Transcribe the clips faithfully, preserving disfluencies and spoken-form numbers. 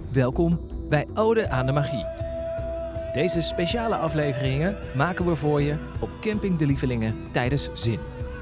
Welkom bij Ode aan de Magie. Deze speciale afleveringen maken we voor je op Camping de Lievelingen tijdens Zin.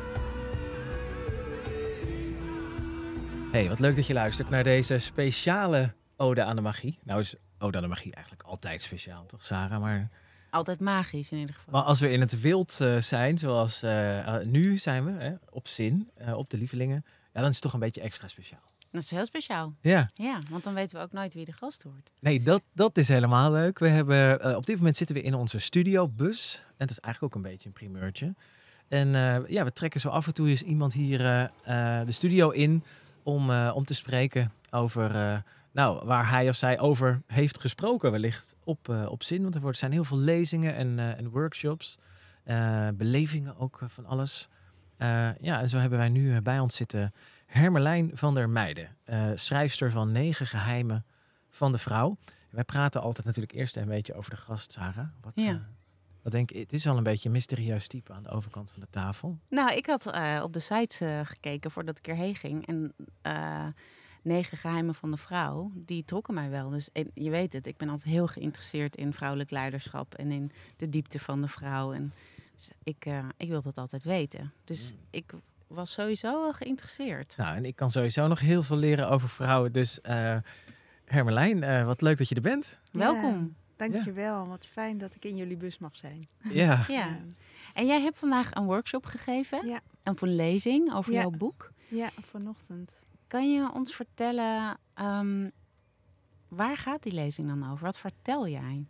Hey, wat leuk dat je luistert naar deze speciale Ode aan de Magie. Nou is Ode aan de Magie eigenlijk altijd speciaal, toch Sarah? Maar, Altijd magisch in ieder geval. maar als we in het wild uh, zijn, zoals uh, uh, nu zijn we, hè, op Zin, uh, op de Lievelingen, ja, dan is het toch een beetje extra speciaal. Dat is heel speciaal. Ja. Ja, want dan weten we ook nooit wie de gast wordt. Nee, dat, dat is helemaal leuk. We hebben, uh, op dit moment zitten we in onze studiobus. En dat is eigenlijk ook een beetje een primeurtje. En uh, ja, we trekken zo af en toe eens iemand hier uh, uh, de studio in om, uh, om te spreken over uh, nou, waar hij of zij over heeft gesproken. Wellicht op, uh, op Zin, want er zijn heel veel lezingen en, uh, en workshops. Uh, belevingen ook uh, van alles. Uh, ja, en zo hebben wij nu uh, bij ons zitten Hermelijn van der Meijden, uh, schrijfster van Negen Geheimen van de Vrouw. Wij praten altijd natuurlijk eerst een beetje over de gast, Sarah. Wat, ja. uh, wat denk je? Het is al een beetje een mysterieus type aan de overkant van de tafel. Nou, ik had uh, op de site uh, gekeken voordat ik erheen ging. En uh, Negen Geheimen van de Vrouw, die trokken mij wel. Dus en, je weet het, ik ben altijd heel geïnteresseerd in vrouwelijk leiderschap en in de diepte van de vrouw. En dus ik, uh, ik wil dat altijd weten. Dus mm. ik was sowieso wel geïnteresseerd. Nou, en ik kan sowieso nog heel veel leren over vrouwen. Dus uh, Hermelijn, uh, wat leuk dat je er bent. Ja, welkom. Dankjewel. Ja. Wat fijn dat ik in jullie bus mag zijn. Ja. ja. En jij hebt vandaag een workshop gegeven. Ja. En voor een lezing over ja. jouw boek. Ja, vanochtend. Kan je ons vertellen, um, waar gaat die lezing dan over? Wat vertel jij?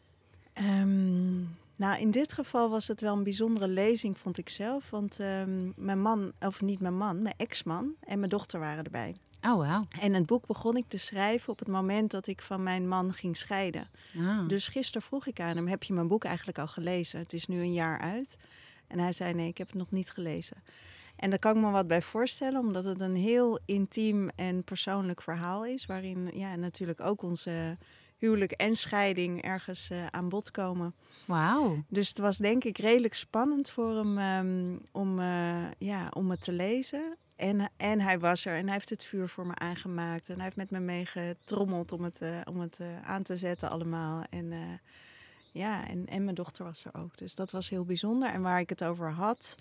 Um, nou, in dit geval was het wel een bijzondere lezing, vond ik zelf. Want um, mijn man, of niet mijn man, mijn ex-man en mijn dochter waren erbij. Oh, wauw. En het boek begon ik te schrijven op het moment dat ik van mijn man ging scheiden. Ah. Dus gisteren vroeg ik aan hem, heb je mijn boek eigenlijk al gelezen? Het is nu een jaar uit. En hij zei, nee, ik heb het nog niet gelezen. En daar kan ik me wat bij voorstellen, omdat het een heel intiem en persoonlijk verhaal is. Waarin ja, natuurlijk ook onze huwelijk en scheiding ergens uh, aan bod komen. Wauw. Dus het was denk ik redelijk spannend voor hem um, om, uh, ja, om het te lezen. En, en hij was er en hij heeft het vuur voor me aangemaakt. En hij heeft met me meegetrommeld om het, uh, om het uh, aan te zetten allemaal. En, uh, ja, en, en mijn dochter was er ook. Dus dat was heel bijzonder. En waar ik het over had,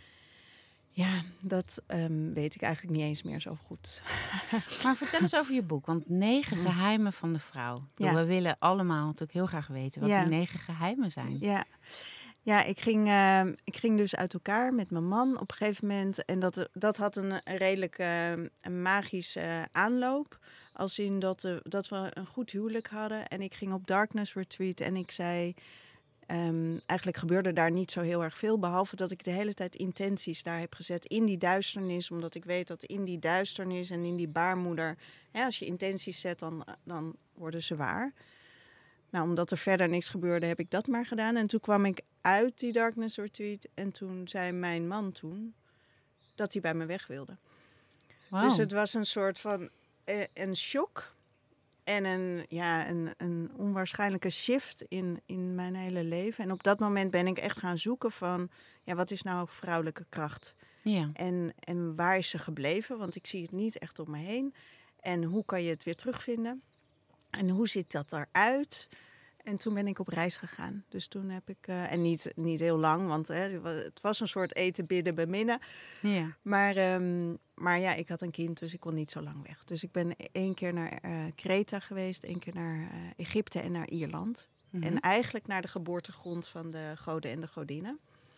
ja, dat um, weet ik eigenlijk niet eens meer zo goed. Maar vertel eens over je boek. Want Negen Geheimen van de Vrouw. Ja. We willen allemaal natuurlijk heel graag weten wat ja. die negen geheimen zijn. Ja. Ja, ik ging, uh, ik ging dus uit elkaar met mijn man op een gegeven moment. En dat, dat had een, een redelijk uh, een magische uh, aanloop. Als in dat, uh, dat we een goed huwelijk hadden. En ik ging op Darkness Retreat en ik zei, Um, eigenlijk gebeurde daar niet zo heel erg veel. Behalve dat ik de hele tijd intenties daar heb gezet in die duisternis. Omdat ik weet dat in die duisternis en in die baarmoeder, hè, als je intenties zet, dan, dan worden ze waar. Nou, omdat er verder niks gebeurde, heb ik dat maar gedaan. En toen kwam ik uit die Darkness Retreat. En toen zei mijn man toen dat hij bij me weg wilde. Wow. Dus het was een soort van uh, een shock. En een, ja, een, een onwaarschijnlijke shift in, in mijn hele leven. En op dat moment ben ik echt gaan zoeken van, ja, wat is nou vrouwelijke kracht? Ja. En, en waar is ze gebleven? Want ik zie het niet echt om me heen. En hoe kan je het weer terugvinden? En hoe ziet dat eruit? En toen ben ik op reis gegaan. Dus toen heb ik, uh, en niet, niet heel lang, want hè, het was een soort eten, bidden, beminnen. Ja. Maar, um, maar ja, ik had een kind, dus ik kon niet zo lang weg. Dus ik ben één keer naar uh, Kreta geweest, één keer naar uh, Egypte en naar Ierland. Mm-hmm. En eigenlijk naar de geboortegrond van de goden en de godinnen.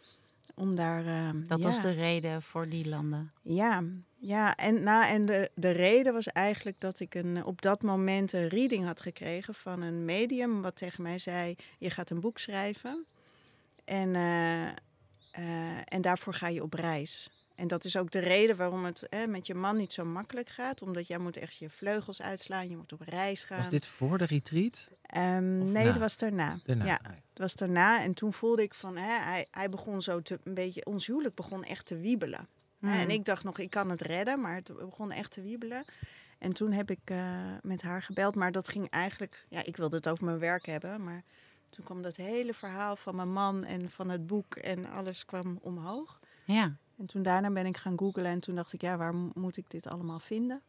Om daar, uh, dat ja. was de reden voor die landen? Ja, ja en, nou, en de, de reden was eigenlijk dat ik een, op dat moment een reading had gekregen van een medium. Wat tegen mij zei, je gaat een boek schrijven en, uh, uh, en daarvoor ga je op reis. En dat is ook de reden waarom het eh, met je man niet zo makkelijk gaat. Omdat jij moet echt je vleugels uitslaan, je moet op reis gaan. Was dit voor de retreat? Um, nee, na? dat was daarna. daarna. Ja, het was daarna. En toen voelde ik van, hè, hij, hij begon zo te, een beetje, ons huwelijk begon echt te wiebelen. Hmm. En ik dacht nog, ik kan het redden, maar het begon echt te wiebelen. En toen heb ik uh, met haar gebeld, maar dat ging eigenlijk, ja, ik wilde het over mijn werk hebben, maar toen kwam dat hele verhaal van mijn man en van het boek en alles kwam omhoog. Ja. En toen daarna ben ik gaan googlen en toen dacht ik, ja, waar moet ik dit allemaal vinden?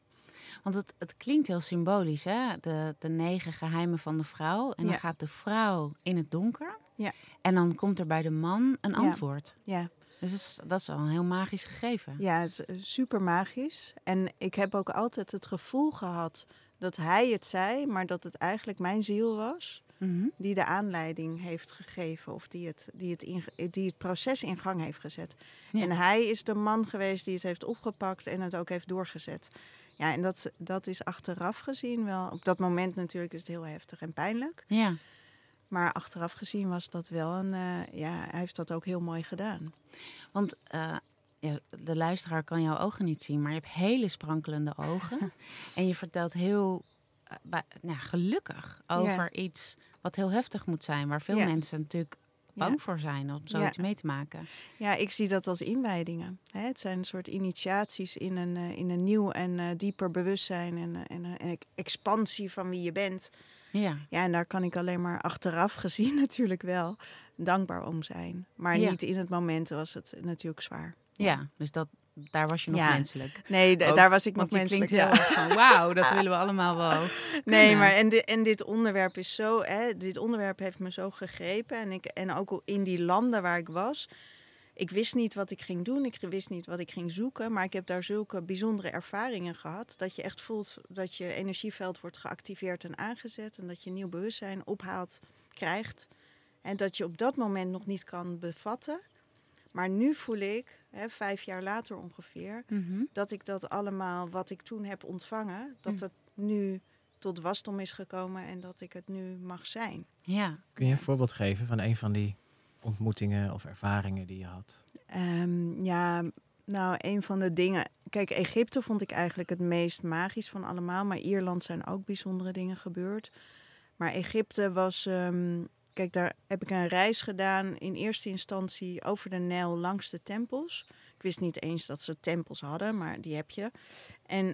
Want het, het klinkt heel symbolisch, hè? De, de negen geheimen van de vrouw. En dan Ja. gaat de vrouw in het donker. Ja. En dan komt er bij de man een Ja. antwoord. Ja. Dus dat is, dat is wel een heel magisch gegeven. Ja, het is super magisch. En ik heb ook altijd het gevoel gehad dat hij het zei, maar dat het eigenlijk mijn ziel was Mhm. die de aanleiding heeft gegeven of die het, die het, in, die het proces in gang heeft gezet. Ja. En hij is de man geweest die het heeft opgepakt en het ook heeft doorgezet. Ja, en dat, dat is achteraf gezien wel. Op dat moment natuurlijk is het heel heftig en pijnlijk. Ja. Maar achteraf gezien was dat wel een... Uh, ja, hij heeft dat ook heel mooi gedaan. Want uh, ja, de luisteraar kan jouw ogen niet zien, maar je hebt hele sprankelende ogen. En je vertelt heel uh, bij, nou, gelukkig over ja. iets wat heel heftig moet zijn. Waar veel ja. mensen natuurlijk bang ja. voor zijn om zoiets ja. mee te maken. Ja, ik zie dat als inwijdingen. Hè? Het zijn een soort initiaties in een, uh, in een nieuw en uh, dieper bewustzijn. En, uh, en uh, een expansie van wie je bent. Ja. Ja, en daar kan ik alleen maar achteraf gezien natuurlijk wel dankbaar om zijn. Maar ja. niet in het moment was het natuurlijk zwaar. Ja, ja dus dat, daar was je nog ja. menselijk. Nee, d- Ook, daar was ik nog want menselijk. Heel erg van, wauw, dat willen we allemaal wel. Nee, kunnen. maar en, di- en dit onderwerp is zo, hè, dit onderwerp heeft me zo gegrepen. En, ik, en ook in die landen waar ik was, ik wist niet wat ik ging doen. Ik wist niet wat ik ging zoeken. Maar ik heb daar zulke bijzondere ervaringen gehad. Dat je echt voelt dat je energieveld wordt geactiveerd en aangezet. En dat je nieuw bewustzijn ophaalt, krijgt. En dat je op dat moment nog niet kan bevatten. Maar nu voel ik, hè, vijf jaar later ongeveer, Mm-hmm. dat ik dat allemaal wat ik toen heb ontvangen, dat Mm. het nu tot wasdom is gekomen en dat ik het nu mag zijn. Ja. Kun je een voorbeeld geven van een van die ontmoetingen of ervaringen die je had? Um, ja, nou, een van de dingen... Kijk, Egypte vond ik eigenlijk het meest magisch van allemaal. Maar Ierland zijn ook bijzondere dingen gebeurd. Maar Egypte was... Um, kijk, daar heb ik een reis gedaan in eerste instantie over de Nijl langs de tempels. Ik wist niet eens dat ze tempels hadden, maar die heb je. En,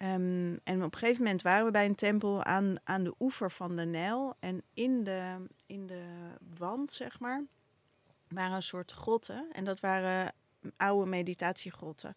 um, en op een gegeven moment waren we bij een tempel aan, aan de oever van de Nijl. En in de, in de wand, zeg maar... waren een soort grotten. En dat waren oude meditatiegrotten.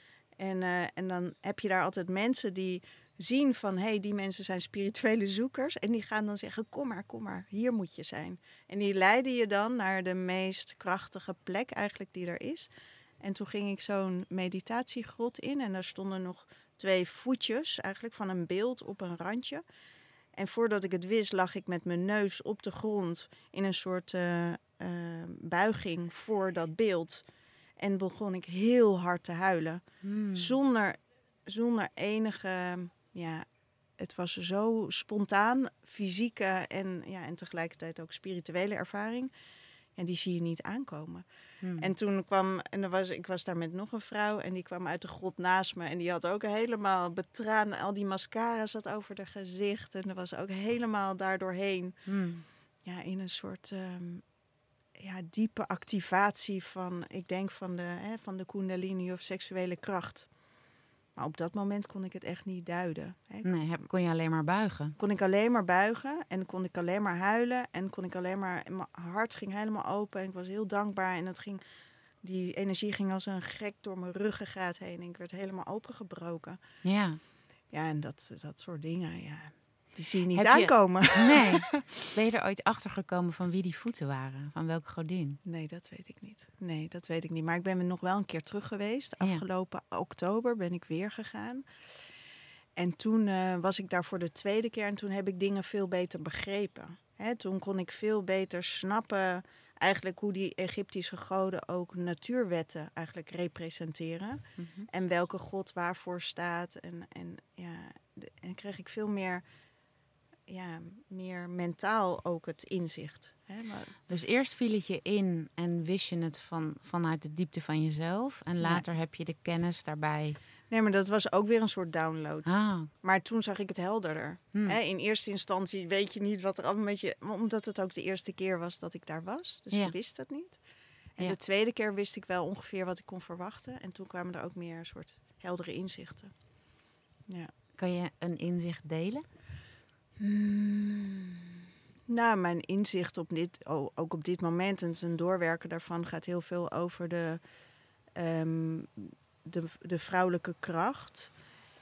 En, uh, en dan heb je daar altijd mensen die zien van... hé, hey, die mensen zijn spirituele zoekers. En die gaan dan zeggen, kom maar, kom maar, hier moet je zijn. En die leiden je dan naar de meest krachtige plek eigenlijk die er is. En toen ging ik zo'n meditatiegrot in. En daar stonden nog twee voetjes eigenlijk van een beeld op een randje. En voordat ik het wist, lag ik met mijn neus op de grond in een soort... Uh, Uh, buiging voor dat beeld. En begon ik heel hard te huilen. Hmm. Zonder, zonder enige... Ja, het was zo spontaan, fysieke en, ja, en tegelijkertijd ook spirituele ervaring. En die zie je niet aankomen. Hmm. En toen kwam... En er was, ik was daar met nog een vrouw en die kwam uit de grot naast me. En die had ook helemaal betraan. Al die mascara zat over haar gezicht. En er was ook helemaal daardoorheen. Hmm. Ja, in een soort... Um, Ja, diepe activatie van, ik denk van de, hè, van de kundalini of seksuele kracht. Maar op dat moment kon ik het echt niet duiden. Hè. Nee, heb, kon je alleen maar buigen? Kon ik alleen maar buigen en kon ik alleen maar huilen. En kon ik alleen maar, mijn hart ging helemaal open en ik was heel dankbaar. En het ging, die energie ging als een gek door mijn ruggengraat heen. En ik werd helemaal opengebroken. Ja. Ja, en dat, dat soort dingen, ja. Die zie je niet Heb aankomen. Je, nee. Ben je er ooit achter gekomen van wie die voeten waren? Van welke godin? Nee, dat weet ik niet. Nee, dat weet ik niet. Maar ik ben er nog wel een keer terug geweest. Afgelopen ja. oktober ben ik weer gegaan. En toen uh, was ik daar voor de tweede keer. En toen heb ik dingen veel beter begrepen. Hè, toen kon ik veel beter snappen... eigenlijk hoe die Egyptische goden ook natuurwetten eigenlijk representeren. Mm-hmm. En welke god waarvoor staat. En, en, ja, en kreeg ik veel meer... Ja, meer mentaal ook het inzicht. Hè? Maar... Dus eerst viel het je in en wist je het van, vanuit de diepte van jezelf. En later ja. heb je de kennis daarbij. Nee, maar dat was ook weer een soort download. Ah. Maar toen zag ik het helderder. Hmm. Hè? In eerste instantie weet je niet wat er allemaal met je... Omdat het ook de eerste keer was dat ik daar was. Dus ja. ik wist het niet. En ja. de tweede keer wist ik wel ongeveer wat ik kon verwachten. En toen kwamen er ook meer een soort heldere inzichten. Ja. Kan je een inzicht delen? Hmm. Nou, mijn inzicht op dit, oh, ook op dit moment en zijn doorwerken daarvan gaat heel veel over de, um, de, de vrouwelijke kracht.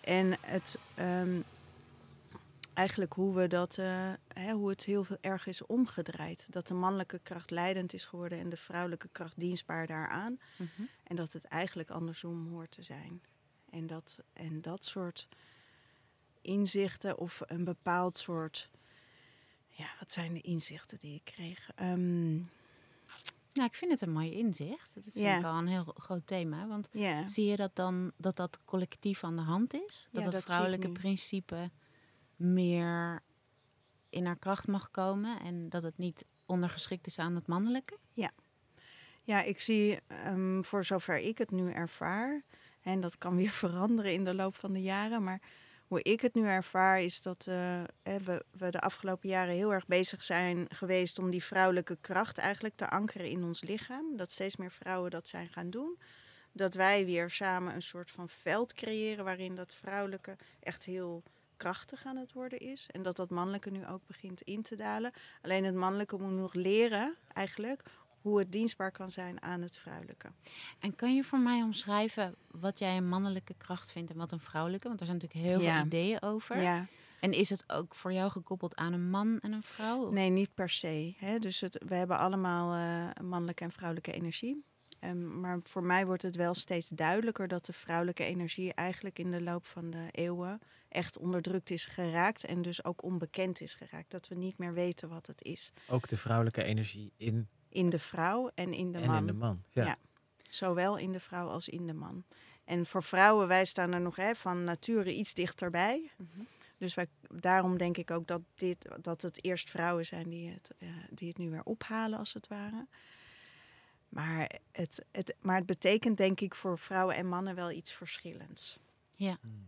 En het, um, eigenlijk hoe we dat, uh, hè, hoe het heel veel erg is omgedraaid. Dat de mannelijke kracht leidend is geworden en de vrouwelijke kracht dienstbaar daaraan. Mm-hmm. En dat het eigenlijk andersom hoort te zijn. En dat, en dat soort inzichten of een bepaald soort... Ja, wat zijn de inzichten die ik kreeg? Um, Nou, ik vind het een mooi inzicht. Dat vind Ja. ik al een heel groot thema. Want ja. zie je dat dan dat dat collectief aan de hand is? Dat Ja, dat, dat vrouwelijke zie ik nu. principe meer in haar kracht mag komen en dat het niet ondergeschikt is aan het mannelijke? Ja, ik zie, um, voor zover ik het nu ervaar, en dat kan weer veranderen in de loop van de jaren, maar hoe ik het nu ervaar is dat uh, we, we de afgelopen jaren heel erg bezig zijn geweest om die vrouwelijke kracht eigenlijk te ankeren in ons lichaam. Dat steeds meer vrouwen dat zijn gaan doen. Dat wij weer samen een soort van veld creëren waarin dat vrouwelijke echt heel krachtig aan het worden is. En dat dat mannelijke nu ook begint in te dalen. Alleen het mannelijke moet nog leren eigenlijk hoe het dienstbaar kan zijn aan het vrouwelijke. En kun je voor mij omschrijven wat jij een mannelijke kracht vindt en wat een vrouwelijke? Want er zijn natuurlijk heel Ja. veel ideeën over. Ja. En is het ook voor jou gekoppeld aan een man en een vrouw? Nee, niet per se. Hè? Dus het, we hebben allemaal uh, mannelijke en vrouwelijke energie. Um, maar voor mij wordt het wel steeds duidelijker dat de vrouwelijke energie eigenlijk in de loop van de eeuwen echt onderdrukt is geraakt en dus ook onbekend is geraakt. Dat we niet meer weten wat het is. Ook de vrouwelijke energie in, In de vrouw en in de en man. in de man. Ja. Ja. Zowel in de vrouw als in de man. En voor vrouwen, wij staan er nog hè, van nature iets dichterbij. Mm-hmm. Dus wij, daarom denk ik ook dat, dit, dat het eerst vrouwen zijn die het, uh, die het nu weer ophalen, als het ware. Maar het, het, maar het betekent denk ik voor vrouwen en mannen wel iets verschillends. Ja. Hmm.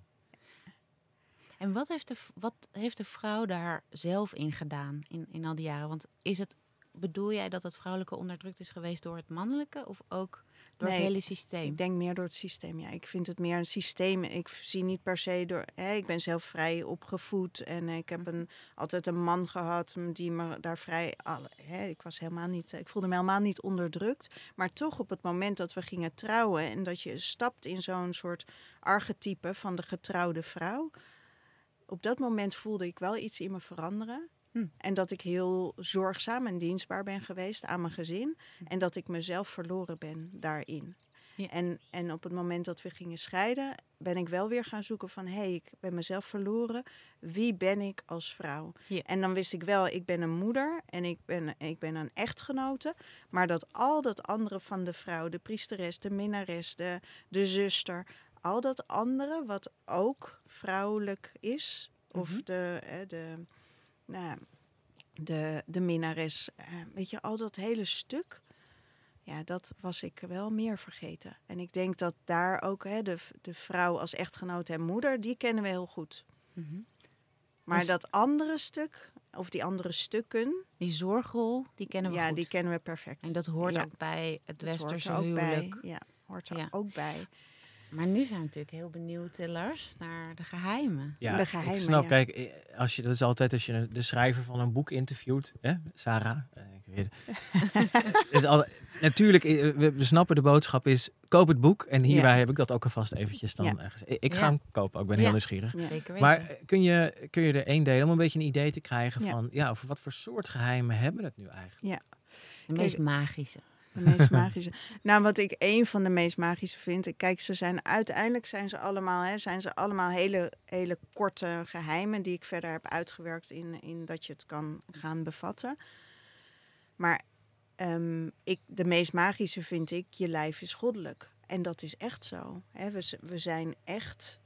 En wat heeft, de, wat heeft de vrouw daar zelf in gedaan in, in al die jaren? Want is het, bedoel jij dat het vrouwelijke onderdrukt is geweest door het mannelijke of ook door Nee, het hele systeem? Ik denk meer door het systeem, ja. Ik vind het meer een systeem. Ik zie niet per se door... Hè, ik ben zelf vrij opgevoed en ik heb een, altijd een man gehad die me daar vrij... Alle, hè, ik was helemaal niet... Ik voelde me helemaal niet onderdrukt. Maar toch op het moment dat we gingen trouwen en dat je stapt in zo'n soort archetype van de getrouwde vrouw... Op dat moment voelde ik wel iets in me veranderen. Hm. En dat ik heel zorgzaam en dienstbaar ben geweest aan mijn gezin. Hm. En dat ik mezelf verloren ben daarin. Ja. En, en op het moment dat we gingen scheiden, ben ik wel weer gaan zoeken van... hé, hey, ik ben mezelf verloren. Wie ben ik als vrouw? Ja. En dan wist ik wel, ik ben een moeder en ik ben, ik ben een echtgenote. Maar dat al dat andere van de vrouw, de priesteres, de minnares, de, de zuster... al dat andere wat ook vrouwelijk is... of Mm-hmm. de... de nou, de, de minnares, uh, weet je, al dat hele stuk, ja, dat was ik wel meer vergeten. En ik denk dat daar ook hè, de, de vrouw als echtgenoot en moeder, die kennen we heel goed. Mm-hmm. Maar Dus dat andere stuk, of die andere stukken, die zorgrol, die kennen we ja, goed. die kennen we perfect. En dat hoort Ja. ook bij het Dat hoort westerse er ook huwelijk. bij. Ja, hoort er Ja. ook bij. Maar nu zijn we natuurlijk heel benieuwd, eh, Lars, naar de geheimen. Ja, De geheimen, ik snap. ja. Kijk, eh, als je, dat is altijd als je de schrijver van een boek interviewt, hè, Sarah. eh, Ik weet het. is al, natuurlijk, eh, we, we snappen de boodschap is, koop het boek. En hierbij Ja. heb ik dat ook alvast eventjes dan Ja. eh, gezegd. Ik, ik ga Ja. hem kopen, ik ben Ja. heel nieuwsgierig. Ja. Zeker weten. Maar eh, kun je, kun je er één delen om een beetje een idee te krijgen Ja. van, ja, over wat voor soort geheimen hebben we het nu eigenlijk? de meest magische. De meest magische. Nou, wat ik een van de meest magische vind... Kijk, ze zijn uiteindelijk zijn ze allemaal, hè, zijn ze allemaal hele, hele korte geheimen... die ik verder heb uitgewerkt in, in dat je het kan gaan bevatten. Maar um, ik, de meest magische vind ik, je lijf is goddelijk. En dat is echt zo. Hè. We, we zijn echt...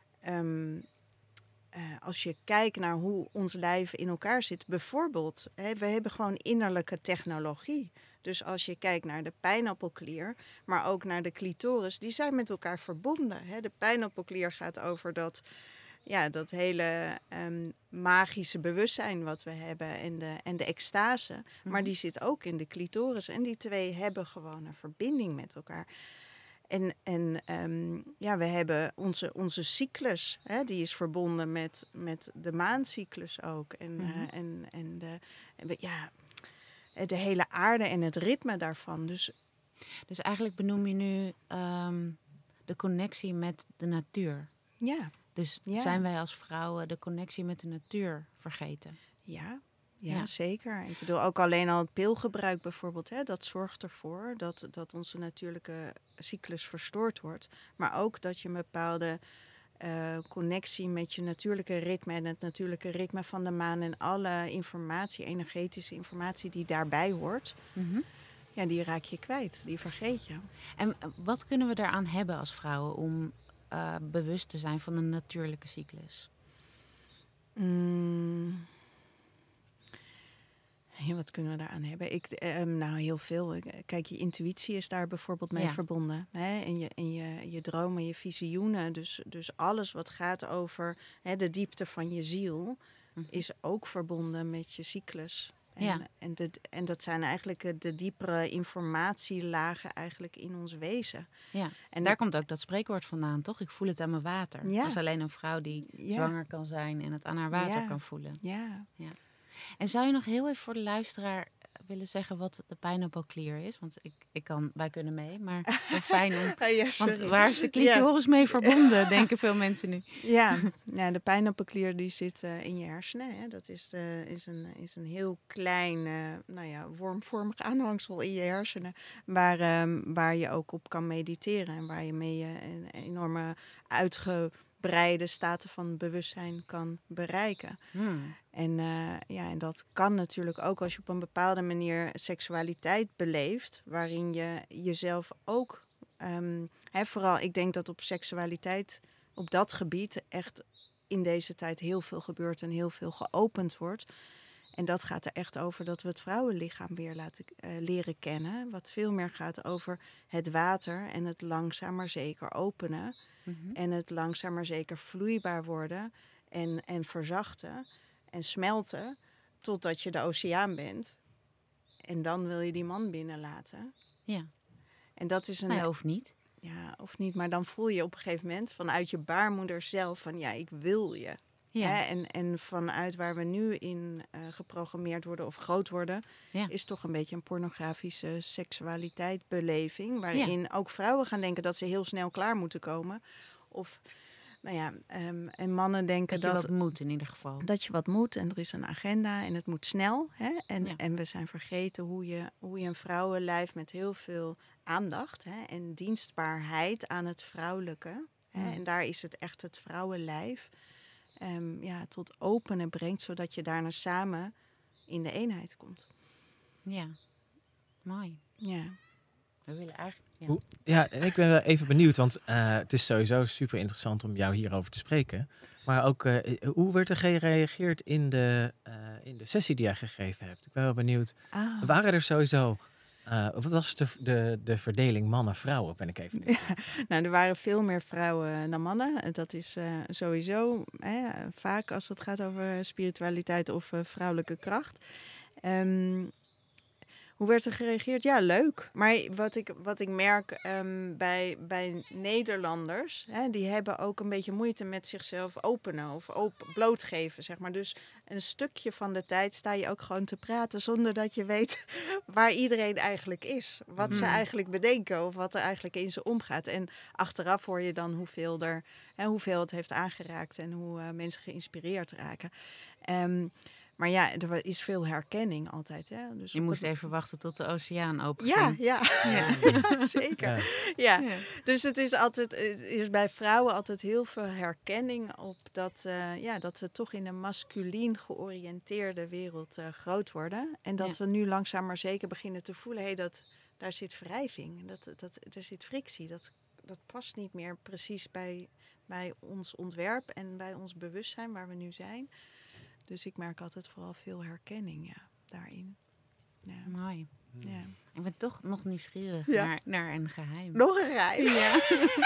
Um, uh, als je kijkt naar hoe ons lijf in elkaar zit... bijvoorbeeld, hè, we hebben gewoon innerlijke technologie... Dus als je kijkt naar de pijnappelklier, maar ook naar de clitoris, die zijn met elkaar verbonden. Hè? De pijnappelklier gaat over dat, ja, dat hele um, magische bewustzijn wat we hebben en de, en de extase. Mm-hmm. Maar die zit ook in de clitoris en die twee hebben gewoon een verbinding met elkaar. En, en um, ja, we hebben onze, onze cyclus, hè, die is verbonden met, met de maancyclus ook. En, mm-hmm. uh, en, en de, en, ja... de hele aarde en het ritme daarvan. Dus, dus eigenlijk benoem je nu um, de connectie met de natuur. Ja. Dus Ja. zijn wij als vrouwen de connectie met de natuur vergeten? Ja, ja, Ja. zeker. Ik bedoel, ook alleen al het pilgebruik bijvoorbeeld, hè, dat zorgt ervoor dat, dat onze natuurlijke cyclus verstoord wordt. Maar ook dat je een bepaalde eh, connectie met je natuurlijke ritme en het natuurlijke ritme van de maan en alle informatie, energetische informatie die daarbij hoort, Mhm. ja, die raak je kwijt, die vergeet je. En eh, wat kunnen we daaraan hebben als vrouwen om eh, bewust te zijn van de natuurlijke cyclus? Mm. Ja, wat kunnen we daaraan hebben? Ik, eh, nou, heel veel. Ik- Kijk, je intuïtie is daar bijvoorbeeld mee Ja. verbonden. Hè? En, je, en je, je dromen, je visioenen. Dus, dus alles wat gaat over hè, de diepte van je ziel, Mhm. is ook verbonden met je cyclus. En, Ja. en, de, en dat zijn eigenlijk eh, de diepere informatielagen eigenlijk in ons wezen. Ja, En daar komt ook dat spreekwoord vandaan, toch? Ik voel het aan mijn water. Ja. Dat is alleen een vrouw die Ja. zwanger kan zijn en het aan haar water Ja. kan voelen. Ja, En zou je nog heel even voor de luisteraar willen zeggen wat de pineapple clear is? Want ik, ik kan, wij kunnen mee, maar wel fijn om... Ah, ja, Want sorry. waar is de clitoris mee verbonden, denken veel mensen nu. Ja, ja, de pijnappelklier die zit eh, in je hersenen. Hè. Dat is, de, is, een, is een heel klein, eh, nou ja, wormvormig aanhangsel in je hersenen. Waar, ehm, waar je ook op kan mediteren. En waar je mee eh, een enorme uitgebreide staten van bewustzijn kan bereiken. Hmm. En, eh, ja, en dat kan natuurlijk ook als je op een bepaalde manier seksualiteit beleeft. Waarin je jezelf ook... ehm, hè, vooral, ik denk dat op seksualiteit... op dat gebied echt in deze tijd heel veel gebeurt en heel veel geopend wordt. En dat gaat er echt over dat we het vrouwenlichaam weer laten uh, leren kennen. Wat veel meer gaat over het water en het langzaam maar zeker openen. Mhm. En het langzaam maar zeker vloeibaar worden en, en verzachten en smelten totdat je de oceaan bent. En dan wil je die man binnenlaten. Ja, En dat is een... nee, of niet. Ja, of niet, maar dan voel je op een gegeven moment vanuit je baarmoeder zelf van ja, ik wil je. Ja, Hè? En, en vanuit waar we nu in uh, geprogrammeerd worden of groot worden, Ja. is toch een beetje een pornografische seksualiteitbeleving. Waarin ook vrouwen gaan denken dat ze heel snel klaar moeten komen. Of, nou ja, um, en mannen denken dat je dat, wat moet in ieder geval. dat je wat moet en er is een agenda en het moet snel. Hè? En, Ja. en we zijn vergeten hoe je, hoe je een vrouwenlijf met heel veel aandacht hè, en dienstbaarheid aan het vrouwelijke. Hè, Mm. en daar is het echt het vrouwenlijf um, ja, tot openen brengt, zodat je daarna samen in de eenheid komt. Ja, mooi. Ja. We willen eigenlijk... Ja. Hoe- Ja, en ik ben wel even benieuwd, want eh, het is sowieso super interessant om jou hierover te spreken. Maar ook, eh, hoe werd er gereageerd in de, eh, in de sessie die jij gegeven hebt? Ik ben wel benieuwd. Ah. Waren er sowieso, uh, wat was de, de, de verdeling mannen-vrouwen? Ben ik even niet. Nou, er waren veel meer vrouwen dan mannen. Dat is uh, sowieso hè, vaak als het gaat over spiritualiteit of uh, vrouwelijke kracht. Um, Hoe werd er gereageerd? Ja, leuk. Maar wat ik, wat ik merk um, bij, bij Nederlanders, hè, die hebben ook een beetje moeite met zichzelf openen of open, blootgeven, zeg maar. Dus een stukje van de tijd sta je ook gewoon te praten zonder dat je weet waar iedereen eigenlijk is. Wat Mm. ze eigenlijk bedenken of wat er eigenlijk in ze omgaat. En achteraf hoor je dan hoeveel, er, hè, hoeveel het heeft aangeraakt en hoe uh, mensen geïnspireerd raken. Um, Maar ja, er is veel herkenning altijd. Hè? Dus je moest het... even wachten tot de oceaan open ja, ging. ja, ja. ja, zeker. Ja. Ja. Ja. Dus het is altijd, het is bij vrouwen altijd heel veel herkenning op dat, uh, ja, dat we toch in een masculien georiënteerde wereld uh, groot worden. En dat ja. we nu langzaam maar zeker beginnen te voelen, hé, dat daar zit wrijving, dat, dat, er zit frictie. Dat, dat past niet meer precies bij, bij ons ontwerp en bij ons bewustzijn waar we nu zijn. Dus ik merk altijd vooral veel herkenning ja, daarin. Ja. Mooi. Ja. Ik ben toch nog nieuwsgierig ja. naar, naar een geheim. Nog een geheim? Ja.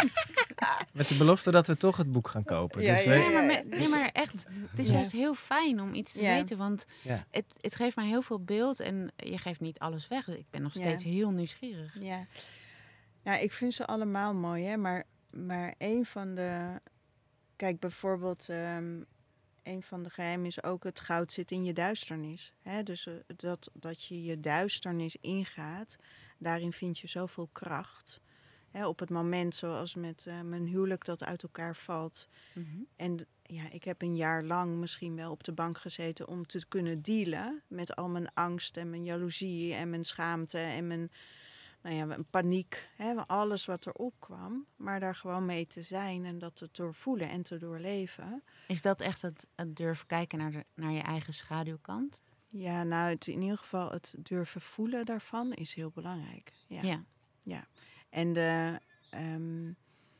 Met de belofte dat we toch het boek gaan kopen. Ja, dus ja, we... nee, maar me, nee, maar echt, het is ja. juist heel fijn om iets te ja. weten. Want ja. het, het geeft mij heel veel beeld en je geeft niet alles weg. Ik ben nog steeds ja. heel nieuwsgierig. Ja. Nou, ik vind ze allemaal mooi, hè. Maar, maar een van de... Kijk, bijvoorbeeld... Um, een van de geheimen is ook het goud zit in je duisternis. Hè? Dus uh, dat, dat je je duisternis ingaat, daarin vind je zoveel kracht. Hè, op het moment zoals met uh, mijn huwelijk dat uit elkaar valt. Mm-hmm. En ja, ik heb een jaar lang misschien wel op de bank gezeten om te kunnen dealen met al mijn angst en mijn jaloezie en mijn schaamte en mijn, nou ja, mijn paniek. Hè, alles wat erop kwam. Maar daar gewoon mee te zijn en dat te doorvoelen en te doorleven. Is dat echt het, het durven kijken naar, de, naar je eigen schaduwkant? Ja, nou het, in ieder geval het durven voelen daarvan is heel belangrijk. Ja. Ja. ja. En de, um,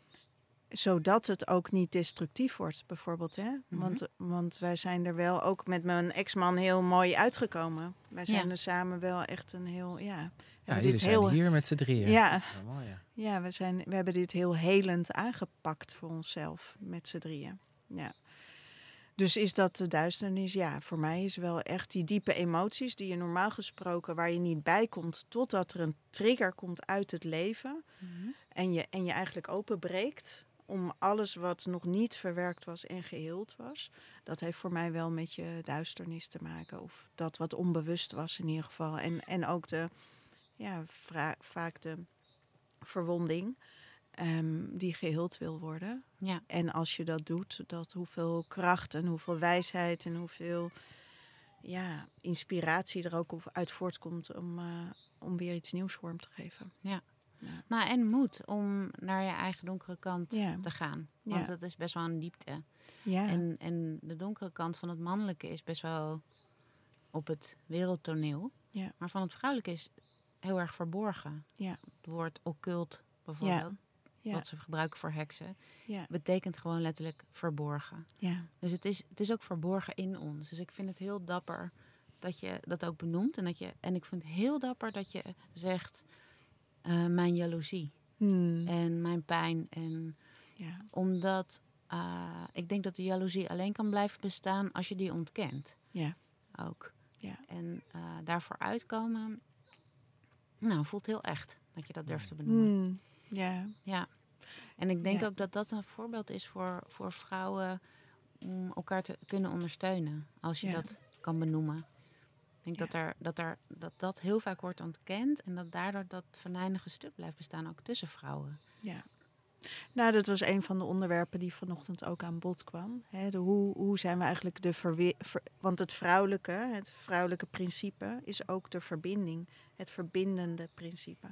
zodat het ook niet destructief wordt, bijvoorbeeld. Hè? Mm-hmm. Want, want wij zijn er wel ook met mijn ex-man heel mooi uitgekomen. Wij zijn ja. er samen wel echt een heel... Ja, ja jullie zijn heel, hier met z'n drieën. Ja, dat is wel mooi, ja. ja we, zijn, we hebben dit heel helend aangepakt voor onszelf met z'n drieën. Ja. Dus is dat de duisternis? Ja, voor mij is wel echt die diepe emoties die je normaal gesproken, waar je niet bij komt, totdat er een trigger komt uit het leven. Mm-hmm. En je, en je eigenlijk openbreekt om alles wat nog niet verwerkt was en geheeld was. Dat heeft voor mij wel met je duisternis te maken. Of dat wat onbewust was in ieder geval. En, en ook de, ja, vra- vaak de verwonding. Um, die geheeld wil worden. Ja. En als je dat doet, dat hoeveel kracht en hoeveel wijsheid en hoeveel ja, inspiratie er ook uit voortkomt om, uh, om weer iets nieuws vorm te geven. Ja. Ja. Nou, en moed om naar je eigen donkere kant ja. te gaan. Want ja. dat is best wel een diepte. Ja. En, en de donkere kant van het mannelijke is best wel op het wereldtoneel. Ja. Maar van het vrouwelijke is heel erg verborgen. Ja. Het woord occult bijvoorbeeld. Ja. Ja. Wat ze gebruiken voor heksen, ja. betekent gewoon letterlijk verborgen. Ja. Dus het is, het is ook verborgen in ons. Dus ik vind het heel dapper dat je dat ook benoemt. En, dat je, en ik vind het heel dapper dat je zegt, uh, mijn jaloezie hmm. en mijn pijn. En ja. Omdat uh, ik denk dat de jaloezie alleen kan blijven bestaan als je die ontkent. Ja. Ook. Ja. En uh, daarvoor uitkomen, nou, voelt heel echt dat je dat durft te benoemen. Hmm. Ja. Ja. En ik denk ja. ook dat dat een voorbeeld is voor, voor vrouwen om elkaar te kunnen ondersteunen. Als je ja. dat kan benoemen. Ik denk ja. dat, er, dat, er, dat dat heel vaak wordt ontkend. En dat daardoor dat venijnige stuk blijft bestaan, ook tussen vrouwen. Ja. Nou, dat was een van de onderwerpen die vanochtend ook aan bod kwam. He, de hoe, hoe zijn we eigenlijk de verwe- ver, want het vrouwelijke, het vrouwelijke principe is ook de verbinding. Het verbindende principe.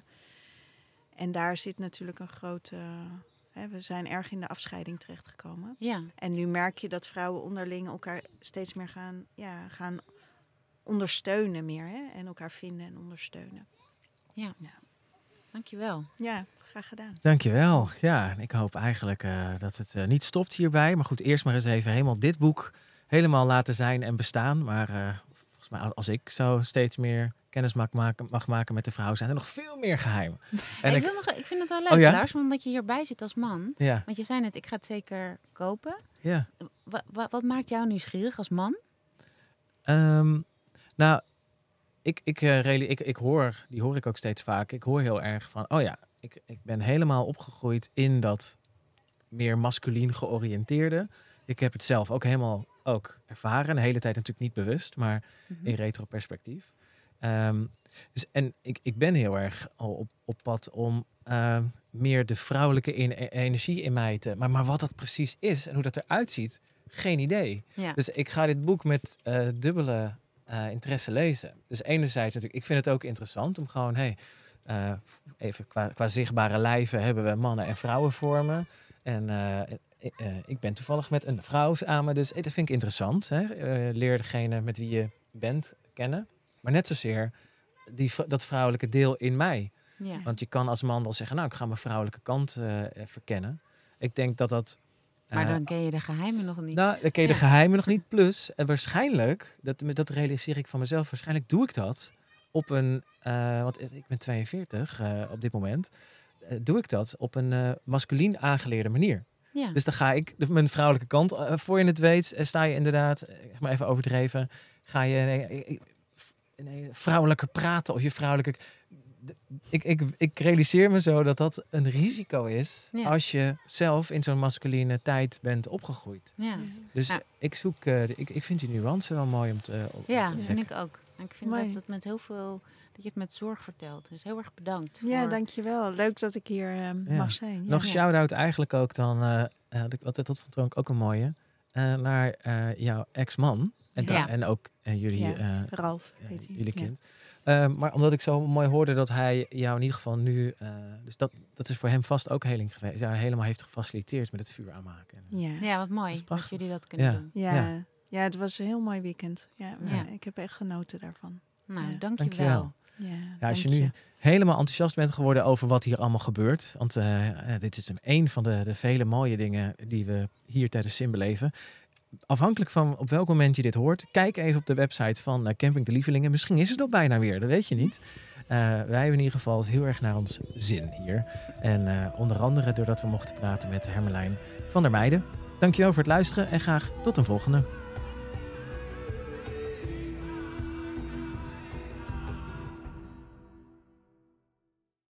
En daar zit natuurlijk een grote... Hè, we zijn erg in de afscheiding terechtgekomen. Ja. En nu merk je dat vrouwen onderling elkaar steeds meer gaan, ja, gaan ondersteunen meer. Hè? En elkaar vinden en ondersteunen. Ja. ja. Dankjewel. Ja, graag gedaan. Dankjewel. Ja, ik hoop eigenlijk uh, dat het uh, niet stopt hierbij. Maar goed, eerst maar eens even helemaal dit boek helemaal laten zijn en bestaan. Maar uh, volgens mij als ik zo steeds meer kennis mag maken, mag maken met de vrouw, zijn er nog veel meer geheimen. En hey, ik... Ik, wil nog, ik vind het wel leuk, oh, ja? Lars, omdat je hierbij zit als man. Ja. Want je zei net, ik ga het zeker kopen. Ja. Wa- wa- wat maakt jou nieuwsgierig als man? Um, nou, ik, ik, uh, reali- ik, ik hoor, die hoor ik ook steeds vaak. Ik hoor heel erg van, oh ja, ik, ik ben helemaal opgegroeid in dat meer masculien georiënteerde. Ik heb het zelf ook helemaal ook ervaren. De hele tijd natuurlijk niet bewust, maar Mm-hmm. in retroperspectief. Um, dus, en ik, ik ben heel erg al op, op pad om uh, meer de vrouwelijke in, e- energie in mij te... Maar, maar wat dat precies is en hoe dat eruit ziet, geen idee. Ja. Dus ik ga dit boek met uh, dubbele uh, interesse lezen. Dus enerzijds, natuurlijk, ik vind het ook interessant om gewoon... Hey, uh, even qua, qua zichtbare lijven hebben we mannen- en vrouwenvormen. En uh, ik, uh, ik ben toevallig met een vrouw samen, dus hey, dat vind ik interessant. Hè? Uh, leer degene met wie je bent kennen. Maar net zozeer die, dat vrouwelijke deel in mij. Ja. Want je kan als man wel zeggen, nou, ik ga mijn vrouwelijke kant uh, verkennen. Ik denk dat dat... Uh, maar dan ken je de geheimen nog niet. Nou, dan ken je ja. de geheimen nog niet. Plus, en waarschijnlijk, dat, dat realiseer ik van mezelf, waarschijnlijk doe ik dat op een... Uh, want ik ben tweeënveertig uh, op dit moment. Uh, doe ik dat op een uh, masculien aangeleerde manier. Ja. Dus dan ga ik de, mijn vrouwelijke kant, uh, voor je het weet, uh, sta je inderdaad, uh, maar even overdreven, ga je... Uh, Nee, vrouwelijker praten of je vrouwelijke... d- ik, ik, ik realiseer me zo dat dat een risico is Ja. als je zelf in zo'n masculine tijd bent opgegroeid. Ja, Dus Ja. ik zoek, uh, de, ik, ik vind die nuance wel mooi om te, om ja te vind ontdekken. ik ook. En ik vind Mooi. dat het met heel veel, dat je het met zorg vertelt. Dus heel erg bedankt. Ja, voor- dankjewel. Leuk dat ik hier eh, Ja. mag zijn. Ja. Nog Ja. shout-out eigenlijk ook dan, uh, uh, wat tot van Tronk ook een mooie, uh, naar uh, jouw ex-man. En, Ja. en ook uh, jullie, Ja, uh, Ralf, uh, heet hij. jullie Ja. kind. Uh, maar omdat ik zo mooi hoorde dat hij jou in ieder geval nu... Uh, dus dat, dat is voor hem vast ook heling geweest. Ja, helemaal heeft gefaciliteerd met het vuur aanmaken. Ja. Ja, wat Dat mooi is dat, prachtig. jullie dat kunnen Ja. doen. Ja. Ja. Ja, het was een heel mooi weekend. Ja, Ja. ja. Ik heb echt genoten daarvan. Nou, Ja. dankjewel. Dankjewel. Ja, Ja, als je dank nu helemaal enthousiast bent geworden over wat hier allemaal gebeurt. Want uh, uh, dit is een van de, de vele mooie dingen die we hier tijdens Sim beleven. Afhankelijk van op welk moment je dit hoort, kijk even op de website van uh, Camping de Lievelingen. Misschien is het al bijna weer, dat weet je niet. Uh, wij hebben in ieder geval het heel erg naar ons zin hier. En uh, onder andere doordat we mochten praten met Hermelijn van der Meijden. Dankjewel voor het luisteren en graag tot een volgende.